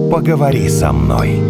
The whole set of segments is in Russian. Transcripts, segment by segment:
Поговори со мной.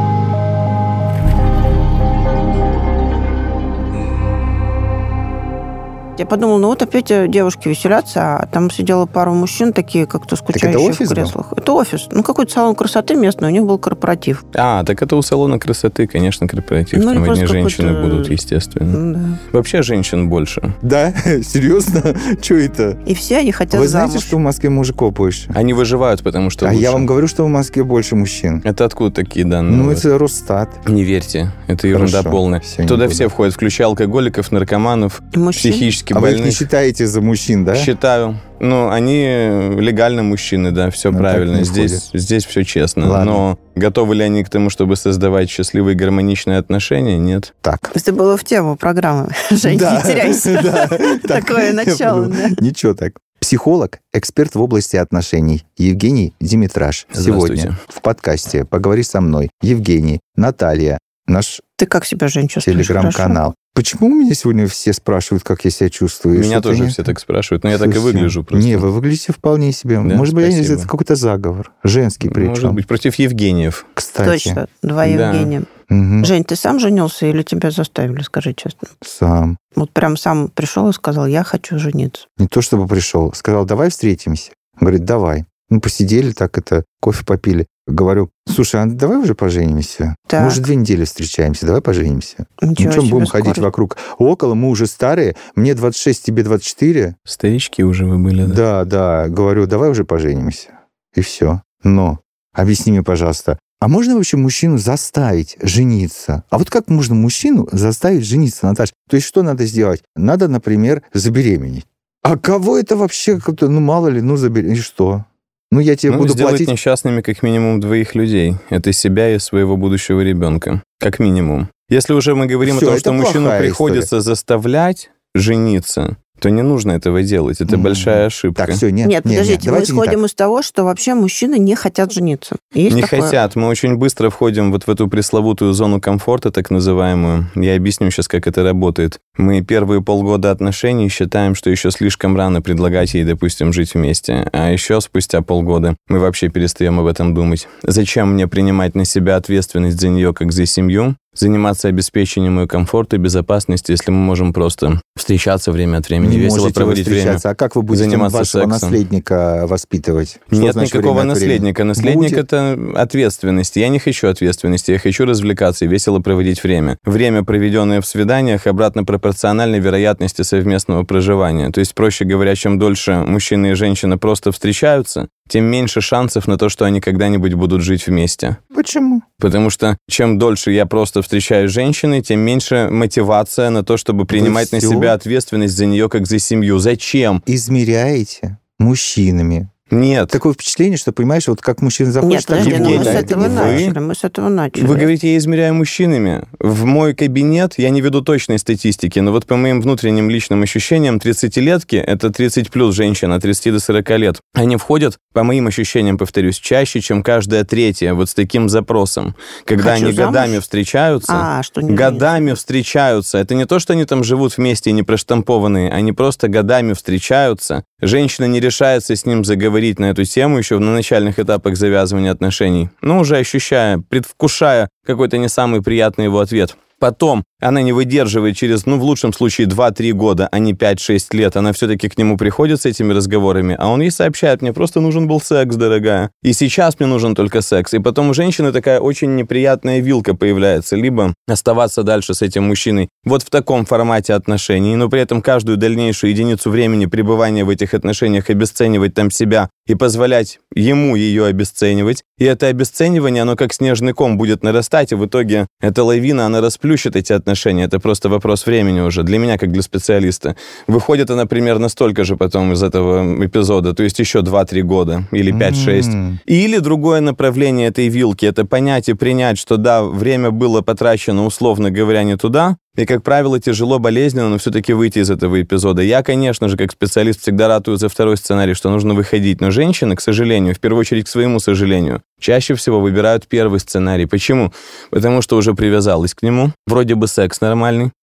Я подумала, ну вот опять девушки веселятся, а там сидела пара мужчин, такие как-то скучающие в креслах. Это офис. Ну, какой-то салон красоты местный, у них был корпоратив. Так это у салона красоты, конечно, корпоратив. Ну, там одни женщины будут, естественно. Да. Вообще женщин больше. Да? Серьезно? Что это? И все они хотят Вы замуж. знаете, что в Москве мужиков больше? Они выживают, потому что А лучше. я вам говорю, что в Москве больше мужчин. Это откуда такие данные? Ну, это Росстат. Не верьте, это ерунда Хорошо, полная. все, не Туда буду. все входят, включая алкоголиков, наркоманов, Мужчин? психически А вы их не больных. считаете за мужчин, да? Считаю. Ну, они легально мужчины, да, все Ну, правильно. так не Здесь все честно. Ладно. Но готовы ли они к тому, чтобы создавать счастливые гармоничные отношения? Нет. Так. Это было в тему программы. Жень, Да. не теряйся. Да. Такое начало, да. Ничего так. Психолог, эксперт в области отношений Евгений Димитраш. Здравствуйте. Сегодня в подкасте «Поговори со мной». Евгений, Наталья, наш Ты как себя, Жень, чувствуешь? телеграм-канал. Почему у меня сегодня все спрашивают, как я себя чувствую? Меня Что-то тоже не- все так спрашивают, но я так и Слушайте, выгляжу просто. Не, вы выглядите вполне себе. Да, Может быть, спасибо. это какой-то заговор. Женский причем. Может быть, против Евгениев. Кстати. Точно, два Да. Евгения. Мгм. Жень, ты сам женился или тебя заставили, скажи честно? Сам. Вот прям сам пришел и сказал, я хочу жениться. Не то чтобы пришел. Сказал, давай встретимся. Говорит, давай. Ну, посидели так, кофе попили. Говорю, слушай, а давай уже поженимся. Так. Мы уже 2 недели встречаемся, давай поженимся. Ничего Ну, что мы себе, будем ходить скорость. вокруг? Около, мы уже старые. Мне 26, тебе 24. Старички уже вы были, да? Да. Говорю, давай уже поженимся. И все. Но, объясни мне, пожалуйста, а можно вообще мужчину заставить жениться? А вот как можно мужчину заставить жениться, Наташа? То есть что надо сделать? Надо, например, забеременеть. А кого это вообще, как-то, ну, мало ли, ну, забеременеть. И что? Ну, я тебе буду сделать платить... несчастными как минимум 2 людей. Это себя и своего будущего ребенка. Как минимум. Если уже мы говорим Всё, о том, это что мужчину плохая приходится заставлять жениться, то не нужно этого делать. Это большая ошибка. Так, все, нет. Нет, подождите, мы давайте не так. исходим из того, что вообще мужчины не хотят жениться. Есть Не такое? хотят. Мы очень быстро входим вот в эту пресловутую зону комфорта, так называемую. Я объясню сейчас, как это работает. Мы первые полгода отношений считаем, что еще слишком рано предлагать ей, допустим, жить вместе. А еще спустя полгода мы вообще перестаем об этом думать. Зачем мне принимать на себя ответственность за нее, как за семью? Заниматься обеспечением ее комфорта и безопасности, если мы можем просто встречаться время от времени, Не весело можете вы проводить время. встречаться. А как вы будете заниматься вашего сексом. наследника воспитывать? Что Нет значит никакого время от времени? наследника. Наследник Будет. это ответственность. Я не хочу ответственности, я хочу развлекаться и весело проводить время. Время, проведенное в свиданиях, обратно пропорционально вероятности совместного проживания. То есть, проще говоря, чем дольше мужчина и женщина просто встречаются, тем меньше шансов на то, что они когда-нибудь будут жить вместе. Почему? Потому что чем дольше я просто встречаюсь с женщиной, тем меньше мотивация на то, чтобы принимать на всё? себя ответственность за нее как за семью. Зачем? Измеряете мужчинами. Нет. Такое впечатление, что, понимаешь, вот как мужчина Нет, захочет, так и подожди, ну Евгений, мы с будет. этого вы- начали. Мы с этого начали. Вы говорите, я измеряю мужчинами. В мой кабинет, я не веду точной статистики, но вот по моим внутренним личным ощущениям, 30-летки, это 30 плюс женщин от 30 до 40 лет, они входят, по моим ощущениям, повторюсь, чаще, чем каждая третья, вот с таким запросом. Когда Хочу они замуж? годами встречаются, Что не годами встречаются. Это не то, что они там живут вместе и не проштампованные, они просто годами встречаются. Женщина не решается с ним заговорить на эту тему еще на начальных этапах завязывания отношений, но уже ощущая, предвкушая какой-то не самый приятный его ответ. Потом она не выдерживает через, в лучшем случае, 2-3 года, а не 5-6 лет. Она все-таки к нему приходит с этими разговорами, а он ей сообщает, мне просто нужен был секс, дорогая. И сейчас мне нужен только секс. И потом у женщины такая очень неприятная вилка появляется. Либо оставаться дальше с этим мужчиной вот в таком формате отношений, но при этом каждую дальнейшую единицу времени пребывания в этих отношениях обесценивать там себя и позволять ему ее обесценивать. И это обесценивание, оно как снежный ком будет нарастать, и в итоге эта лавина, она расплющит эти отношения. Это просто вопрос времени уже. Для меня, как для специалиста. Выходит она примерно столько же потом из этого эпизода, то есть еще 2-3 года или 5-6. Или другое направление этой вилки, это понять и принять, что да, время было потрачено, условно говоря, не туда, и, как правило, тяжело, болезненно, но все-таки выйти из этого эпизода. Я, конечно же, как специалист всегда ратую за второй сценарий, что нужно выходить. Но женщины, к сожалению, в первую очередь к своему сожалению, чаще всего выбирают первый сценарий. Почему? Потому что уже привязалась к нему. Вроде бы секс нормальный,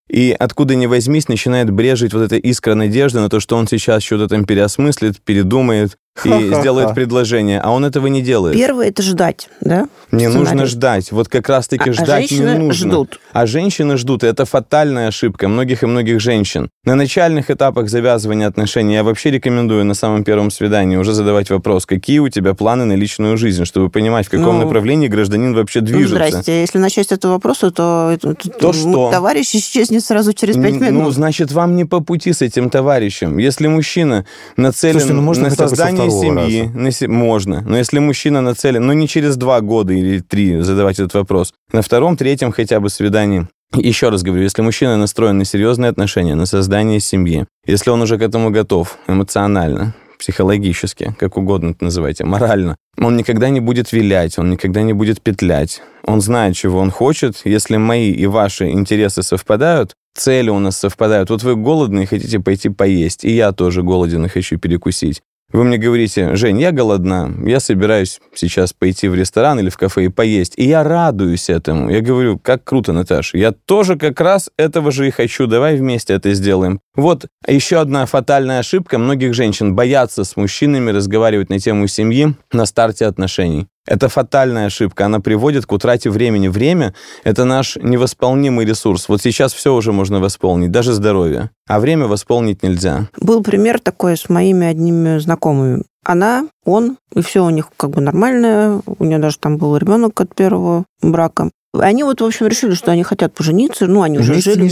И откуда ни возьмись, начинает брежить вот эта искра надежды на то, что он сейчас что-то там переосмыслит, передумает и сделает предложение, а он этого не делает. Первое – это ждать, да? Не нужно ждать. Вот как раз-таки ждать не нужно. Ждут. А женщины ждут. И это фатальная ошибка многих и многих женщин. На начальных этапах завязывания отношений я вообще рекомендую на самом первом свидании уже задавать вопрос, какие у тебя планы на личную жизнь, чтобы понимать, в каком направлении гражданин вообще движется. Здрасте. Если начать с этого вопроса, то что? Товарищ исчезнет сразу через 5 минут. Ну, значит, вам не по пути с этим товарищем. Если мужчина нацелен на создание семьи, можно. Но если мужчина нацелен, не через 2 года или 3 задавать этот вопрос, на 2-м, 3-м хотя бы свидании. Еще раз говорю, если мужчина настроен на серьезные отношения, на создание семьи, если он уже к этому готов эмоционально, психологически, как угодно это называйте, морально, он никогда не будет вилять, он никогда не будет петлять. Он знает, чего он хочет. Если мои и ваши интересы совпадают, цели у нас совпадают. Вот вы голодны и хотите пойти поесть, и я тоже голоден и хочу перекусить. Вы мне говорите: Жень, я голодна, я собираюсь сейчас пойти в ресторан или в кафе и поесть. И я радуюсь этому. Я говорю: как круто, Наташа, я тоже как раз этого же и хочу, давай вместе это сделаем. Вот еще одна фатальная ошибка многих женщин: боятся с мужчинами разговаривать на тему семьи на старте отношений. Это фатальная ошибка, она приводит к утрате времени. Время – это наш невосполнимый ресурс. Вот сейчас все уже можно восполнить, даже здоровье. А время восполнить нельзя. Был пример такой с моими одними знакомыми. Она, он, и все у них как бы нормально. У нее даже там был ребенок от первого брака. Они вот, в общем, решили, что они хотят пожениться. Они уже жили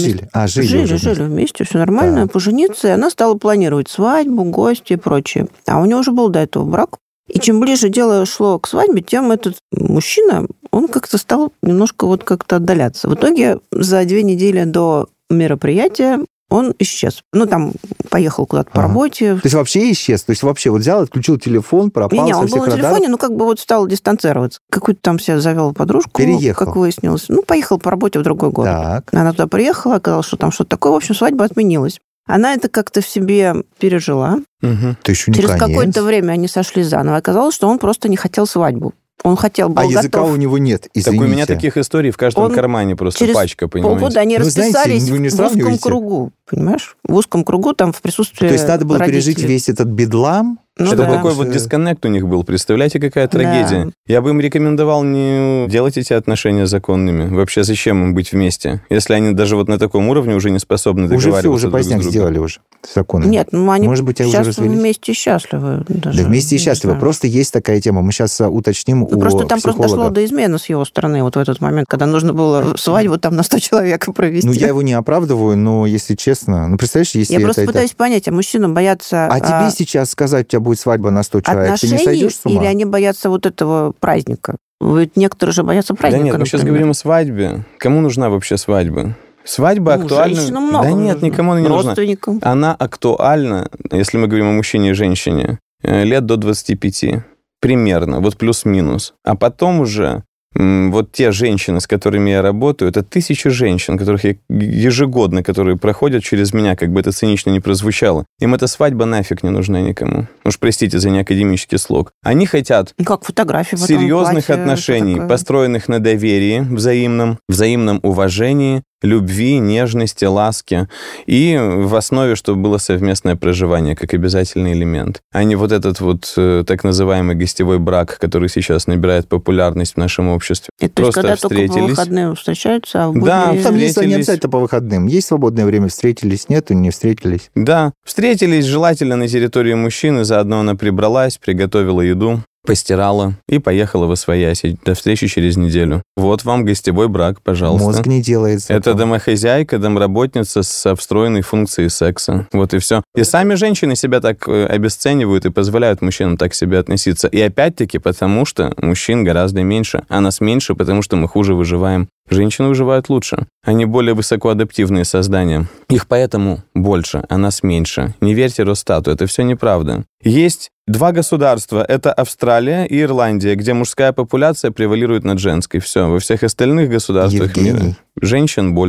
вместе, все нормально, пожениться. И она стала планировать свадьбу, гости и прочее. А у нее уже был до этого брак. И чем ближе дело шло к свадьбе, тем этот мужчина, он как-то стал немножко вот как-то отдаляться. В итоге за 2 недели до мероприятия он исчез. Там поехал куда-то по работе. То есть вообще исчез? То есть вообще вот взял, отключил телефон, пропал со всех радаров? Он был на телефоне, стал дистанцироваться. Какую-то там себе завел подружку, переехал. Как выяснилось. Поехал по работе в другой город. Так. Она туда приехала, оказалось, что там что-то такое. В общем, свадьба отменилась. Она это как-то в себе пережила. Через какое-то время они сошлись заново. Оказалось, что он просто не хотел свадьбу. Он хотел, был языка у него нет, извините. Так у меня таких историй в каждом кармане просто пачка, понимаете? Через полгода они расписались в узком кругу, понимаешь? В узком кругу, там в присутствии То есть надо было родителей. пережить весь этот бедлам? Такой вот дисконнект у них был. Представляете, какая трагедия. Да. Я бы им рекомендовал не делать эти отношения законными. Вообще, зачем им быть вместе? Если они даже вот на таком уровне уже не способны договариваться уже поздняк сделали уже законно. Нет, они Может быть, сейчас уже вместе счастливы. Да вместе счастливы. Просто есть такая тема. Мы сейчас уточним у просто там психолога. Просто дошло до измены с его стороны вот в этот момент, когда нужно было свадьбу там на 100 человек провести. Я его не оправдываю, но если честно... представляешь, если я просто пытаюсь понять, а мужчинам боятся... А тебе сейчас сказать, у тебя будет свадьба на 100 человек, ты не сойдешь с ума? Или они боятся вот этого праздника? Ведь некоторые же боятся праздника. Да нет, мы сейчас говорим о свадьбе. Кому нужна вообще свадьба? Свадьба актуальна... Женщинам много. Да нет, никому она не нужна. Родственникам. Она актуальна, если мы говорим о мужчине и женщине, лет до 25. Примерно, вот плюс-минус. А потом уже вот те женщины, с которыми я работаю, это 1000 женщин, которых я ежегодно, которые проходят через меня, как бы это цинично не прозвучало. Им эта свадьба нафиг не нужна никому. Уж простите за неакадемический слог. Они хотят как фотографии серьезных отношений, построенных на доверии взаимном уважении, любви, нежности, ласке. И в основе, чтобы было совместное проживание как обязательный элемент. А не вот этот вот так называемый гостевой брак, который сейчас набирает популярность в нашем обществе. Это просто когда встретились. Только по выходным встречаются, а в будни... Да, там не обязательно по выходным. Есть свободное время, встретились, нету, не встретились. Да, встретились желательно на территории мужчины, заодно она прибралась, приготовила еду, постирала и поехала в освояси. До встречи через неделю. Вот вам гостевой брак, пожалуйста. Мозг не делается. Это домохозяйка, домработница с встроенной функцией секса. Вот и все. И сами женщины себя так обесценивают и позволяют мужчинам так к себе относиться. И опять-таки потому, что мужчин гораздо меньше, а нас меньше, потому что мы хуже выживаем. Женщины выживают лучше. Они более высокоадаптивные создания. Их поэтому больше, а нас меньше. Не верьте Росстату, это все неправда. Есть 2 государства. Это Австралия и Ирландия, где мужская популяция превалирует над женской. Все. Во всех остальных государствах мира женщин больше.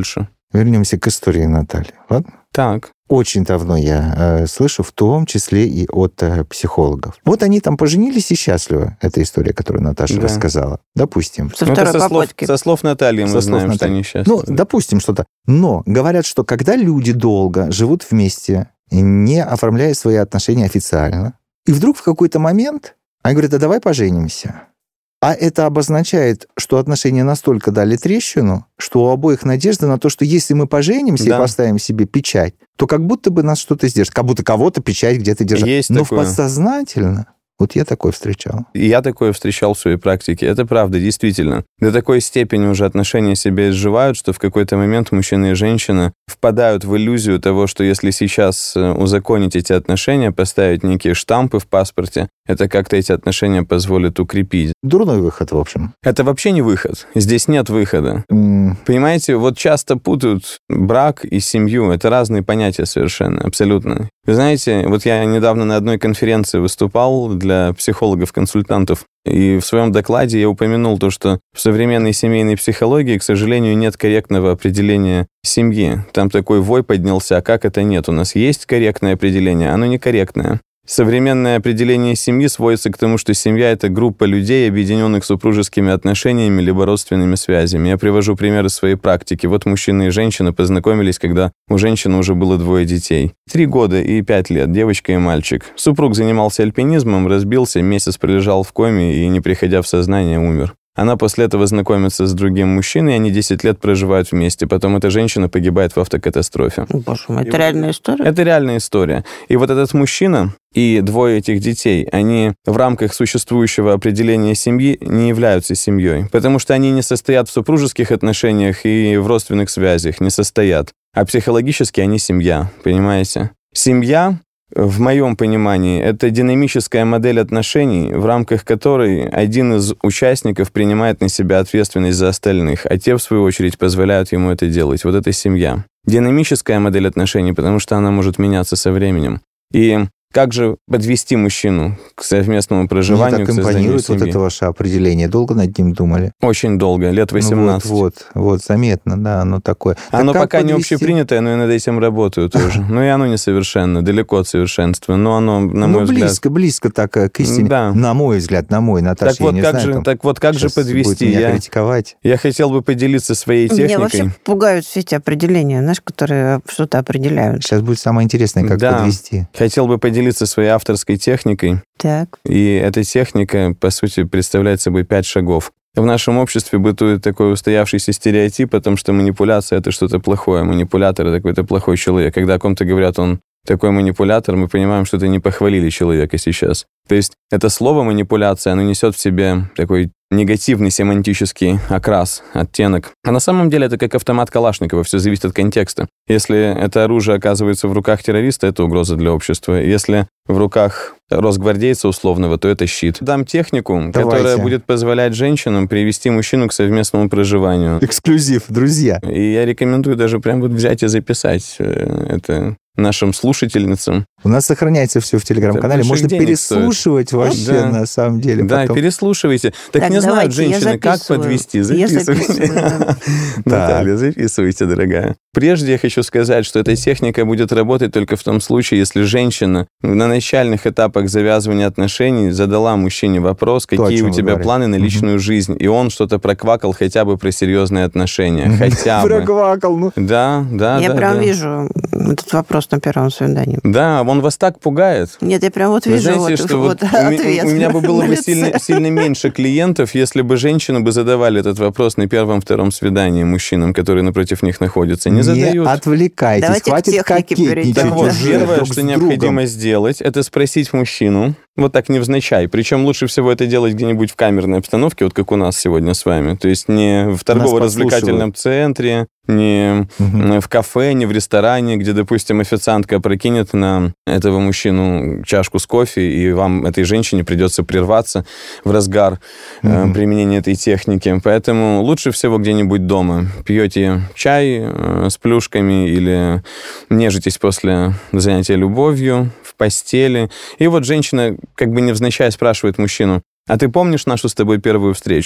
Вернемся к истории Натальи. Ладно? Так. Очень давно я слышу, в том числе и от психологов. Вот они там поженились и счастливы. Это история, которую Наташа рассказала. Допустим. Со второй попытки. Со слов Натальи мы знаем, что они счастливы. Ну, допустим, что-то. Но говорят, что когда люди долго живут вместе, не оформляя свои отношения официально, и вдруг в какой-то момент они говорят, а давай поженимся. А это обозначает, что отношения настолько дали трещину, что у обоих надежда на то, что если мы поженимся и поставим себе печать, то как будто бы нас что-то сдержит, как будто кого-то печать где-то держат. Есть Но такое. Подсознательно... Вот я такое встречал. И я такое встречал в своей практике. Это правда, действительно. До такой степени уже отношения себя изживают, что в какой-то момент мужчина и женщина впадают в иллюзию того, что если сейчас узаконить эти отношения, поставить некие штампы в паспорте, это как-то эти отношения позволит укрепить. Дурной выход, в общем. Это вообще не выход. Здесь нет выхода. Понимаете, вот часто путают брак и семью. Это разные понятия совершенно, абсолютно. Вы знаете, вот я недавно на одной конференции выступал для психологов-консультантов, и в своем докладе я упомянул то, что в современной семейной психологии, к сожалению, нет корректного определения семьи. Там такой вой поднялся, а как это нет? У нас есть корректное определение, оно некорректное. Современное определение семьи сводится к тому, что семья – это группа людей, объединенных супружескими отношениями либо родственными связями. Я привожу примеры своей практики. Вот мужчина и женщина познакомились, когда у женщины уже было 2 детей. 3 года и 5 лет, девочка и мальчик. Супруг занимался альпинизмом, разбился, месяц пролежал в коме и, не приходя в сознание, умер. Она после этого знакомится с другим мужчиной, и они 10 лет проживают вместе. Потом эта женщина погибает в автокатастрофе. Боже мой, это реальная история? Это реальная история. И вот этот мужчина и 2 этих детей, они в рамках существующего определения семьи не являются семьей, потому что они не состоят в супружеских отношениях и в родственных связях, не состоят. А психологически они семья, понимаете? Семья, в моем понимании, это динамическая модель отношений, в рамках которой один из участников принимает на себя ответственность за остальных, а те, в свою очередь, позволяют ему это делать. Вот это семья. Динамическая модель отношений, потому что она может меняться со временем. И как же подвести мужчину к совместному проживанию, Мне к так созданию импонирует семьи? вот это ваше определение. Долго над ним думали? Очень долго, лет 18. Вот, заметно, да, оно такое. Оно так пока не подвести? общепринятое, но я над этим работаю тоже. Ну и оно несовершенно, далеко от совершенства. Но оно, на мой взгляд... близко так к истине. Да. На мой взгляд, Наташа, Так вот, я не знаю. как же подвести? Будет меня критиковать. Я хотел бы поделиться своей техникой. Меня вообще пугают все эти определения, знаешь, которые что-то определяют. Сейчас будет самое интересное, как подвести. Хотел бы поделиться своей авторской техникой. Так. И эта техника, по сути, представляет собой 5 шагов. В нашем обществе бытует такой устоявшийся стереотип о том, что манипуляция – это что-то плохое. Манипулятор – это какой-то плохой человек. Когда о ком-то говорят, он такой манипулятор, мы понимаем, что это не похвалили человека сейчас. То есть это слово «манипуляция», оно несет в себе такой негативный семантический окрас, оттенок. А на самом деле это как автомат Калашникова, все зависит от контекста. Если это оружие оказывается в руках террориста, это угроза для общества. Если в руках росгвардейца условного, то это щит. Дам технику, которая будет позволять женщинам привести мужчину к совместному проживанию. Эксклюзив, друзья. И я рекомендую даже прям вот взять и записать это нашим слушательницам. У нас сохраняется все в Телеграм-канале. Можно переслушивать вообще, на самом деле. Да, переслушивайте. Так не знают женщины, как подвести. Записывайте. Наталья, записывайте, дорогая. Прежде я хочу сказать, что эта техника будет работать только в том случае, если женщина на начальных этапах завязывания отношений задала мужчине вопрос, какие у тебя планы на личную жизнь, и он что-то проквакал хотя бы про серьезные отношения. Хотя бы. Проквакал, ну. Да. Я прям вижу этот вопрос на первом свидании. Да, он вас так пугает. Нет, я прям вот вижу. Знаете, что ответ. У меня бы было бы сильно меньше клиентов, если бы женщины бы задавали этот вопрос на первом-втором свидании мужчинам, которые напротив них находятся. Не задают. Не отвлекайтесь, давайте хватит кокетничать. Так вот, первое, что необходимо сделать, это спросить мужчину, вот так невзначай. Причем лучше всего это делать где-нибудь в камерной обстановке, вот как у нас сегодня с вами. То есть не в торгово-развлекательном центре, не в кафе, не в ресторане, где, допустим, официантка опрокинет на этого мужчину чашку с кофе, и вам, этой женщине, придется прерваться в разгар применения этой техники. Поэтому лучше всего где-нибудь дома. Пьете чай с плюшками или нежитесь после занятия любовью в постели. И вот женщина как бы невзначай спрашивает мужчину: а ты помнишь нашу с тобой первую встречу?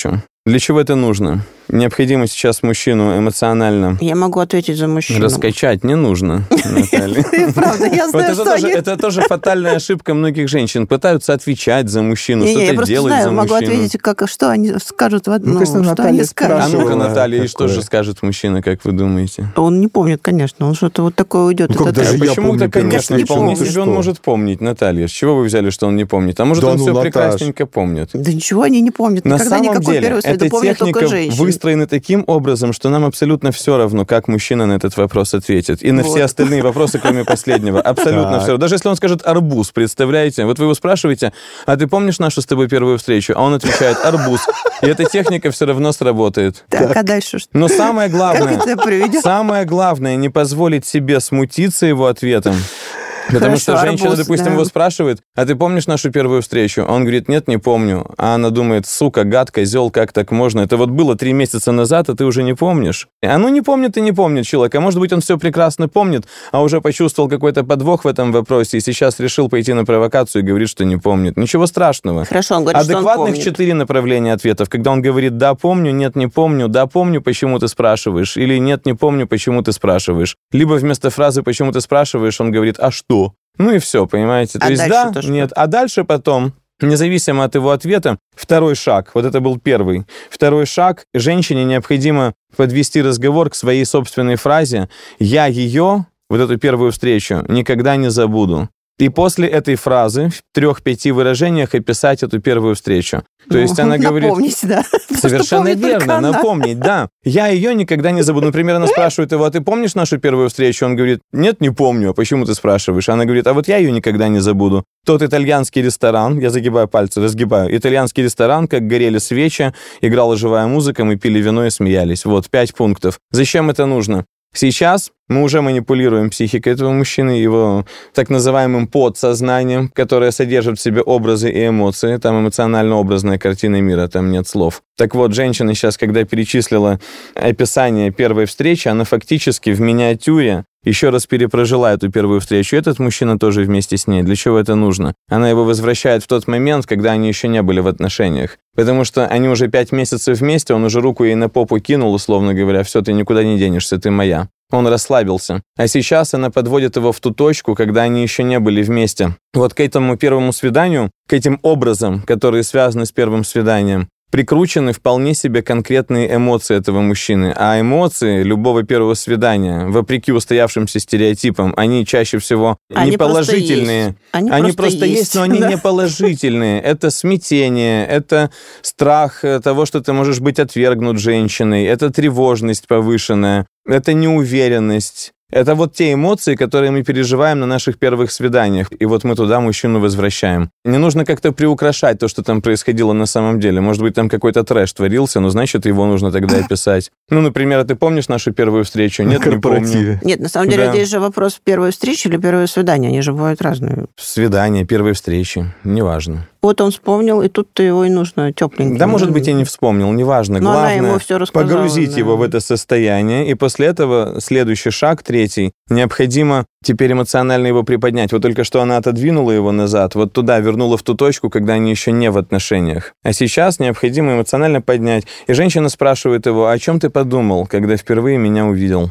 Для чего это нужно? Необходимо сейчас мужчину эмоционально Я могу ответить за мужчину. раскачать не нужно, Наталья. Правда, я знаю, что они... Это тоже фатальная ошибка многих женщин. Пытаются отвечать за мужчину, Я что-то просто делать знаю, за могу мужчину. ответить, что они скажут в одном. конечно, Что Наталья они скажут. А ну-ка, спрашивала Наталья, и что такое. же скажет мужчина, как вы думаете? Он не помнит, конечно. Он что-то вот такое уйдет. Ну, как Это даже так. я Почему-то, помню, конечно, не вполне помню. себе он может помнить, Наталья. С чего вы взяли, что он не помнит? А может, Да он ну, все Наташ. прекрасненько помнит? Да ничего они не помнят. На Никогда самом никакой деле, первый свет. эта Помнят только техника женщины. выстроена таким образом, что нам абсолютно все равно, как мужчина на этот вопрос ответит. И на Вот. все остальные вопросы, кроме последнего. Абсолютно Так. все равно. Даже если он скажет «арбуз», представляете? Вот вы его спрашиваете, а ты помнишь нашу с тобой первую встречу? А он отвечает «арбуз». И эта техника все равно сработает. Так, а дальше что? Но самое главное... Как это приведет? Самое главное, не позволить себе смутиться его ответом. Потому Хорошо, что женщина, арбуз, допустим, да. его спрашивает, а ты помнишь нашу первую встречу? А он говорит, нет, не помню. А она думает, сука, гад, козел, как так можно? Это вот было 3 месяца назад, а ты уже не помнишь. А ну не помнит и не помнит человек. А может быть, он все прекрасно помнит, а уже почувствовал какой-то подвох в этом вопросе и сейчас решил пойти на провокацию и говорит, что не помнит. Ничего страшного. Хорошо, он говорит, что он Адекватных помнит. 4 направления ответов. Когда он говорит «да, помню», «нет, не помню», «да, помню», «почему ты спрашиваешь», или «нет, не помню», «почему ты спрашиваешь». Либо вместо фразы «почему ты спрашиваешь» он говорит «а что?». Ну и все, понимаете? То А есть дальше да, то что? нет. А дальше потом, независимо от его ответа, второй шаг, вот это был первый. Второй шаг, женщине необходимо подвести разговор к своей собственной фразе «я ее», вот эту первую встречу, никогда не забуду. И после этой фразы в 3-5 выражениях описать эту первую встречу. То есть она говорит... Напомнить, да. Совершенно Потому что помнит только верно, она. напомнить, да. Я ее никогда не забуду. Например, она спрашивает его, а ты помнишь нашу первую встречу? Он говорит, нет, не помню. А почему ты спрашиваешь? Она говорит, а вот я ее никогда не забуду. Тот итальянский ресторан, я загибаю пальцы, разгибаю. Итальянский ресторан, как горели свечи, играла живая музыка, мы пили вино и смеялись. Вот, 5 пунктов. Зачем это нужно? Сейчас мы уже манипулируем психикой этого мужчины, его так называемым подсознанием, которое содержит в себе образы и эмоции. Там эмоционально-образная картина мира, там нет слов. Так вот, женщина сейчас, когда перечислила описание первой встречи, она фактически в миниатюре еще раз перепрожила эту первую встречу. Этот мужчина тоже вместе с ней. Для чего это нужно? Она его возвращает в тот момент, когда они еще не были в отношениях. Потому что они уже 5 месяцев вместе, он уже руку ей на попу кинул, условно говоря, все, ты никуда не денешься, ты моя. Он расслабился. А сейчас она подводит его в ту точку, когда они еще не были вместе. Вот к этому первому свиданию, к этим образам, которые связаны с первым свиданием, прикручены вполне себе конкретные эмоции этого мужчины. А эмоции любого первого свидания, вопреки устоявшимся стереотипам, они чаще всего Они не положительные. Они просто есть, но они да. не положительные. Это смятение, это страх того, что ты можешь быть отвергнут женщиной, это тревожность повышенная, это неуверенность. Это вот те эмоции, которые мы переживаем на наших первых свиданиях. И вот мы туда мужчину возвращаем. Не нужно как-то приукрашать то, что там происходило на самом деле. Может быть, там какой-то трэш творился, но значит, его нужно тогда описать. Ну, например, а ты помнишь нашу первую встречу? Нет, не помню. Нет, на самом деле, Да. здесь же вопрос первой встречи или первое свидание. Они же бывают разные. Свидание, первые встречи, неважно. Вот он вспомнил, и тут-то его и нужно тепленьким. Да, может быть, я не вспомнил, неважно. Но она Главное, ему всё рассказала, погрузить да. его в это состояние, и после этого следующий шаг, 3, необходимо теперь эмоционально его приподнять. Вот только что она отодвинула его назад, вот туда, вернула в ту точку, когда они еще не в отношениях. А сейчас необходимо эмоционально поднять. И женщина спрашивает его, о чем ты подумал, когда впервые меня увидел?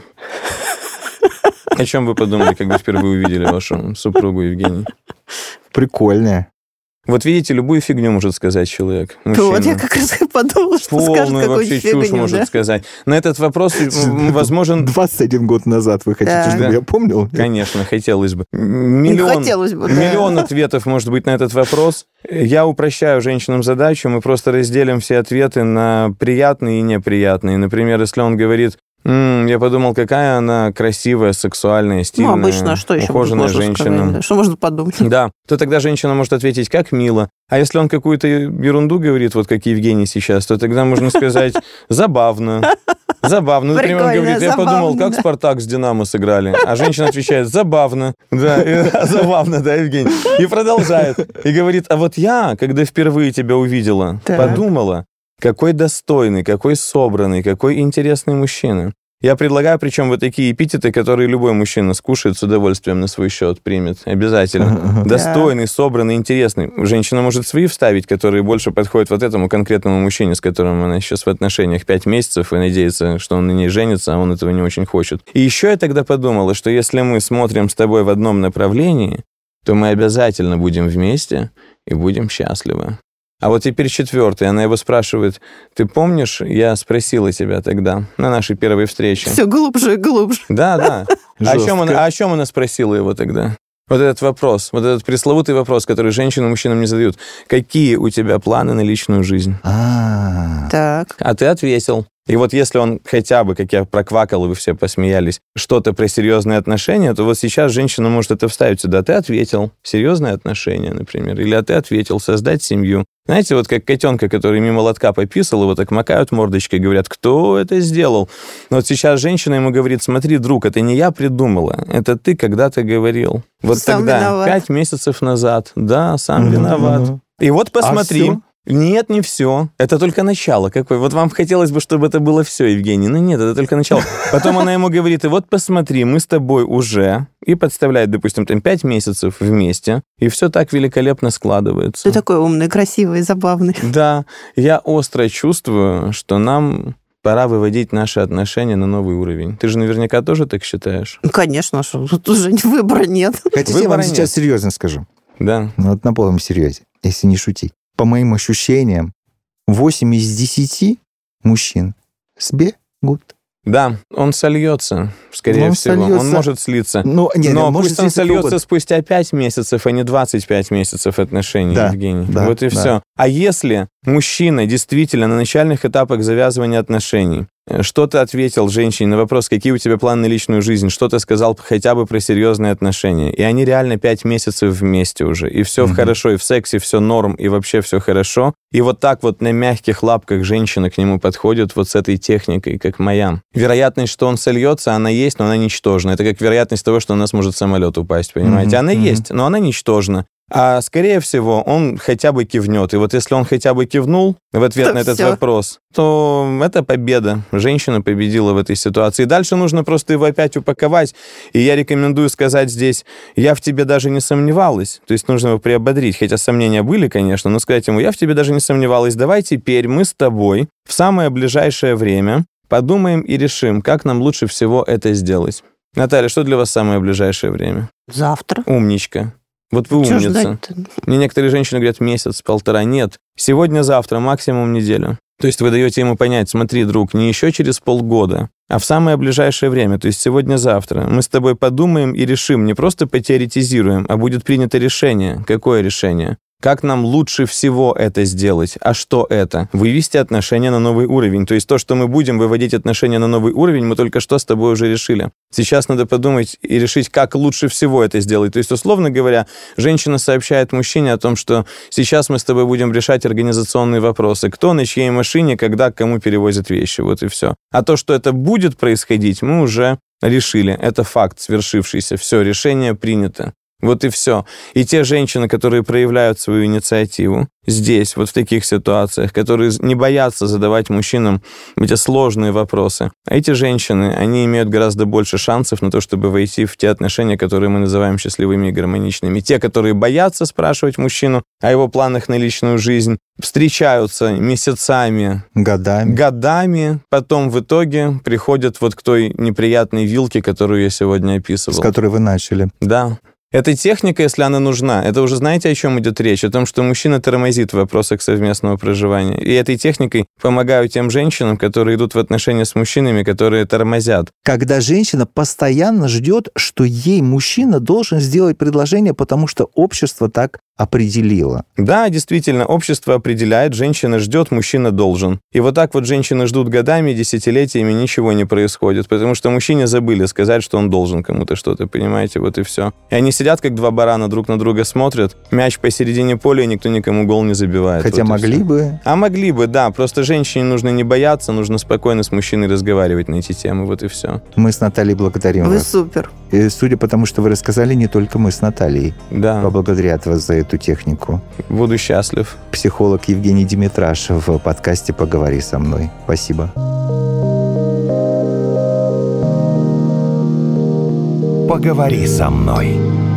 О чем вы подумали, когда впервые увидели вашу супругу, Евгений? Прикольная. Вот видите, любую фигню может сказать человек. Вот Мужчина. я как раз и подумала, что скажет Полную вообще какую-нибудь чушь фигню, может да? сказать. На этот вопрос возможен... 21 год назад вы хотите, Да. чтобы я помнил? Конечно, хотелось бы. Хотелось бы, да. Миллион ответов может быть на этот вопрос. Я упрощаю женщинам задачу, мы просто разделим все ответы на приятные и неприятные. Например, если он говорит, я подумал, какая она красивая, сексуальная, стильная, Ну, обычно, что еще ухоженная можно женщина. сказать, да? Что можно подумать? Да, то тогда женщина может ответить, как мило. А если он какую-то ерунду говорит, вот как Евгений сейчас, то тогда можно сказать, забавно. Забавно. Например, он Прикольно, говорит, я забавно, подумал, как да. «Спартак» с «Динамо» сыграли. А женщина отвечает, забавно. Да, забавно, да, Евгений. И продолжает. И говорит, а вот я, когда впервые тебя увидела, Так. подумала, какой достойный, какой собранный, какой интересный мужчина. Я предлагаю, причем, вот такие эпитеты, которые любой мужчина скушает с удовольствием на свой счет, примет. Обязательно. Достойный, собранный, интересный. Женщина может свои вставить, которые больше подходят вот этому конкретному мужчине, с которым она сейчас в отношениях 5 месяцев и надеется, что он на ней женится, а он этого не очень хочет. И еще я тогда подумала, что если мы смотрим с тобой в одном направлении, то мы обязательно будем вместе и будем счастливы. А вот теперь 4-й. Она его спрашивает: ты помнишь, я спросила тебя тогда на нашей первой встрече? Все глубже и глубже. Да. О чем она спросила его тогда? Вот этот вопрос, вот этот пресловутый вопрос, который женщинам и мужчинам не задают. Какие у тебя планы на личную жизнь? Так. А ты ответил. И вот если он хотя бы, как я проквакал, и вы все посмеялись, что-то про серьезные отношения, то вот сейчас женщина может это вставить сюда. Ты ответил. Серьезные отношения, например. Или ты ответил. Создать семью. Знаете, вот как котенка, который мимо лотка пописал, его так макают мордочкой, говорят: кто это сделал? Но вот сейчас женщина ему говорит: смотри, друг, это не я придумала, это ты когда-то говорил. Вот сам тогда, виноват. 5 месяцев назад. Да, сам виноват. И вот посмотри. всё? Нет, не все. Это только начало. Вот вам хотелось бы, чтобы это было все, Евгений. Но нет, это только начало. Потом она ему говорит: и вот посмотри, мы с тобой уже... И подставляет, допустим, 5 месяцев вместе, и все так великолепно складывается. Ты такой умный, красивый, забавный. Да, я остро чувствую, что нам пора выводить наши отношения на новый уровень. Ты же наверняка тоже так считаешь? Конечно, что тут уже выбора нет. Хотите, я вам сейчас серьезно скажу? Да. Вот на полном серьезе, если не шутить. По моим ощущениям, 8 из 10 мужчин сбегут. Да, он сольется, скорее всего. Он может слиться. Но пусть он сольется спустя 5 месяцев, а не 25 месяцев отношений, Евгений. Вот и все. А если мужчина действительно на начальных этапах завязывания отношений что-то ответил женщине на вопрос, какие у тебя планы на личную жизнь, что-то сказал хотя бы про серьезные отношения, и они реально 5 месяцев вместе уже, и все хорошо, и в сексе все норм, и вообще все хорошо, и вот так вот на мягких лапках женщина к нему подходит вот с этой техникой, как моя. Вероятность, что он сольется, она есть, но она ничтожна. Это как вероятность того, что у нас может самолет упасть, понимаете? Она есть, но она ничтожна. А скорее всего, он хотя бы кивнет. И вот если он хотя бы кивнул в ответ на этот вопрос, то это победа. Женщина победила в этой ситуации. Дальше нужно просто его опять упаковать. И я рекомендую сказать здесь: я в тебе даже не сомневалась. То есть нужно его приободрить. Хотя сомнения были, конечно, но сказать ему: я в тебе даже не сомневалась. Давай теперь мы с тобой в самое ближайшее время подумаем и решим, как нам лучше всего это сделать. Наталья, что для вас самое ближайшее время? Завтра. Умничка. Вот вы умница. Мне некоторые женщины говорят: месяц, 1,5. Нет. Сегодня-завтра, максимум неделю. То есть вы даете ему понять: смотри, друг, не еще через полгода, а в самое ближайшее время, то есть сегодня-завтра, мы с тобой подумаем и решим, не просто потеоретизируем, а будет принято решение. Какое решение? Как нам лучше всего это сделать? А что это? Вывести отношения на новый уровень. То есть то, что мы будем выводить отношения на новый уровень, мы только что с тобой уже решили. Сейчас надо подумать и решить, как лучше всего это сделать. То есть, условно говоря, женщина сообщает мужчине о том, что сейчас мы с тобой будем решать организационные вопросы. Кто на чьей машине, когда, кому перевозят вещи. Вот и все. А то, что это будет происходить, мы уже решили. Это факт свершившийся. Все, решение принято. Вот и все. И те женщины, которые проявляют свою инициативу здесь, вот в таких ситуациях, которые не боятся задавать мужчинам эти сложные вопросы, а эти женщины, они имеют гораздо больше шансов на то, чтобы войти в те отношения, которые мы называем счастливыми и гармоничными. Те, которые боятся спрашивать мужчину о его планах на личную жизнь, встречаются месяцами, годами, потом в итоге приходят вот к той неприятной вилке, которую я сегодня описывал. С которой вы начали. Да. Эта техника, если она нужна, это уже знаете, о чем идет речь? О том, что мужчина тормозит в вопросах совместного проживания. И этой техникой помогаю тем женщинам, которые идут в отношения с мужчинами, которые тормозят. Когда женщина постоянно ждет, что ей мужчина должен сделать предложение, потому что общество так определило. Да, действительно, общество определяет, женщина ждет, мужчина должен. И вот так вот женщины ждут годами, десятилетиями, ничего не происходит, потому что мужчине забыли сказать, что он должен кому-то что-то, понимаете, вот и все. И они сидят, как два барана, друг на друга смотрят, мяч посередине поля, и никто никому гол не забивает. Хотя вот могли бы. А могли бы, да, просто женщине нужно не бояться, нужно спокойно с мужчиной разговаривать на эти темы, вот и все. Мы с Натальей благодарим вас. Вы супер. И судя по тому, что вы рассказали, не только мы с Натальей поблагодарят вас за эту технику. Буду счастлив. Психолог Евгений Димитрашев в подкасте «Поговори со мной». Спасибо. поговори со мной.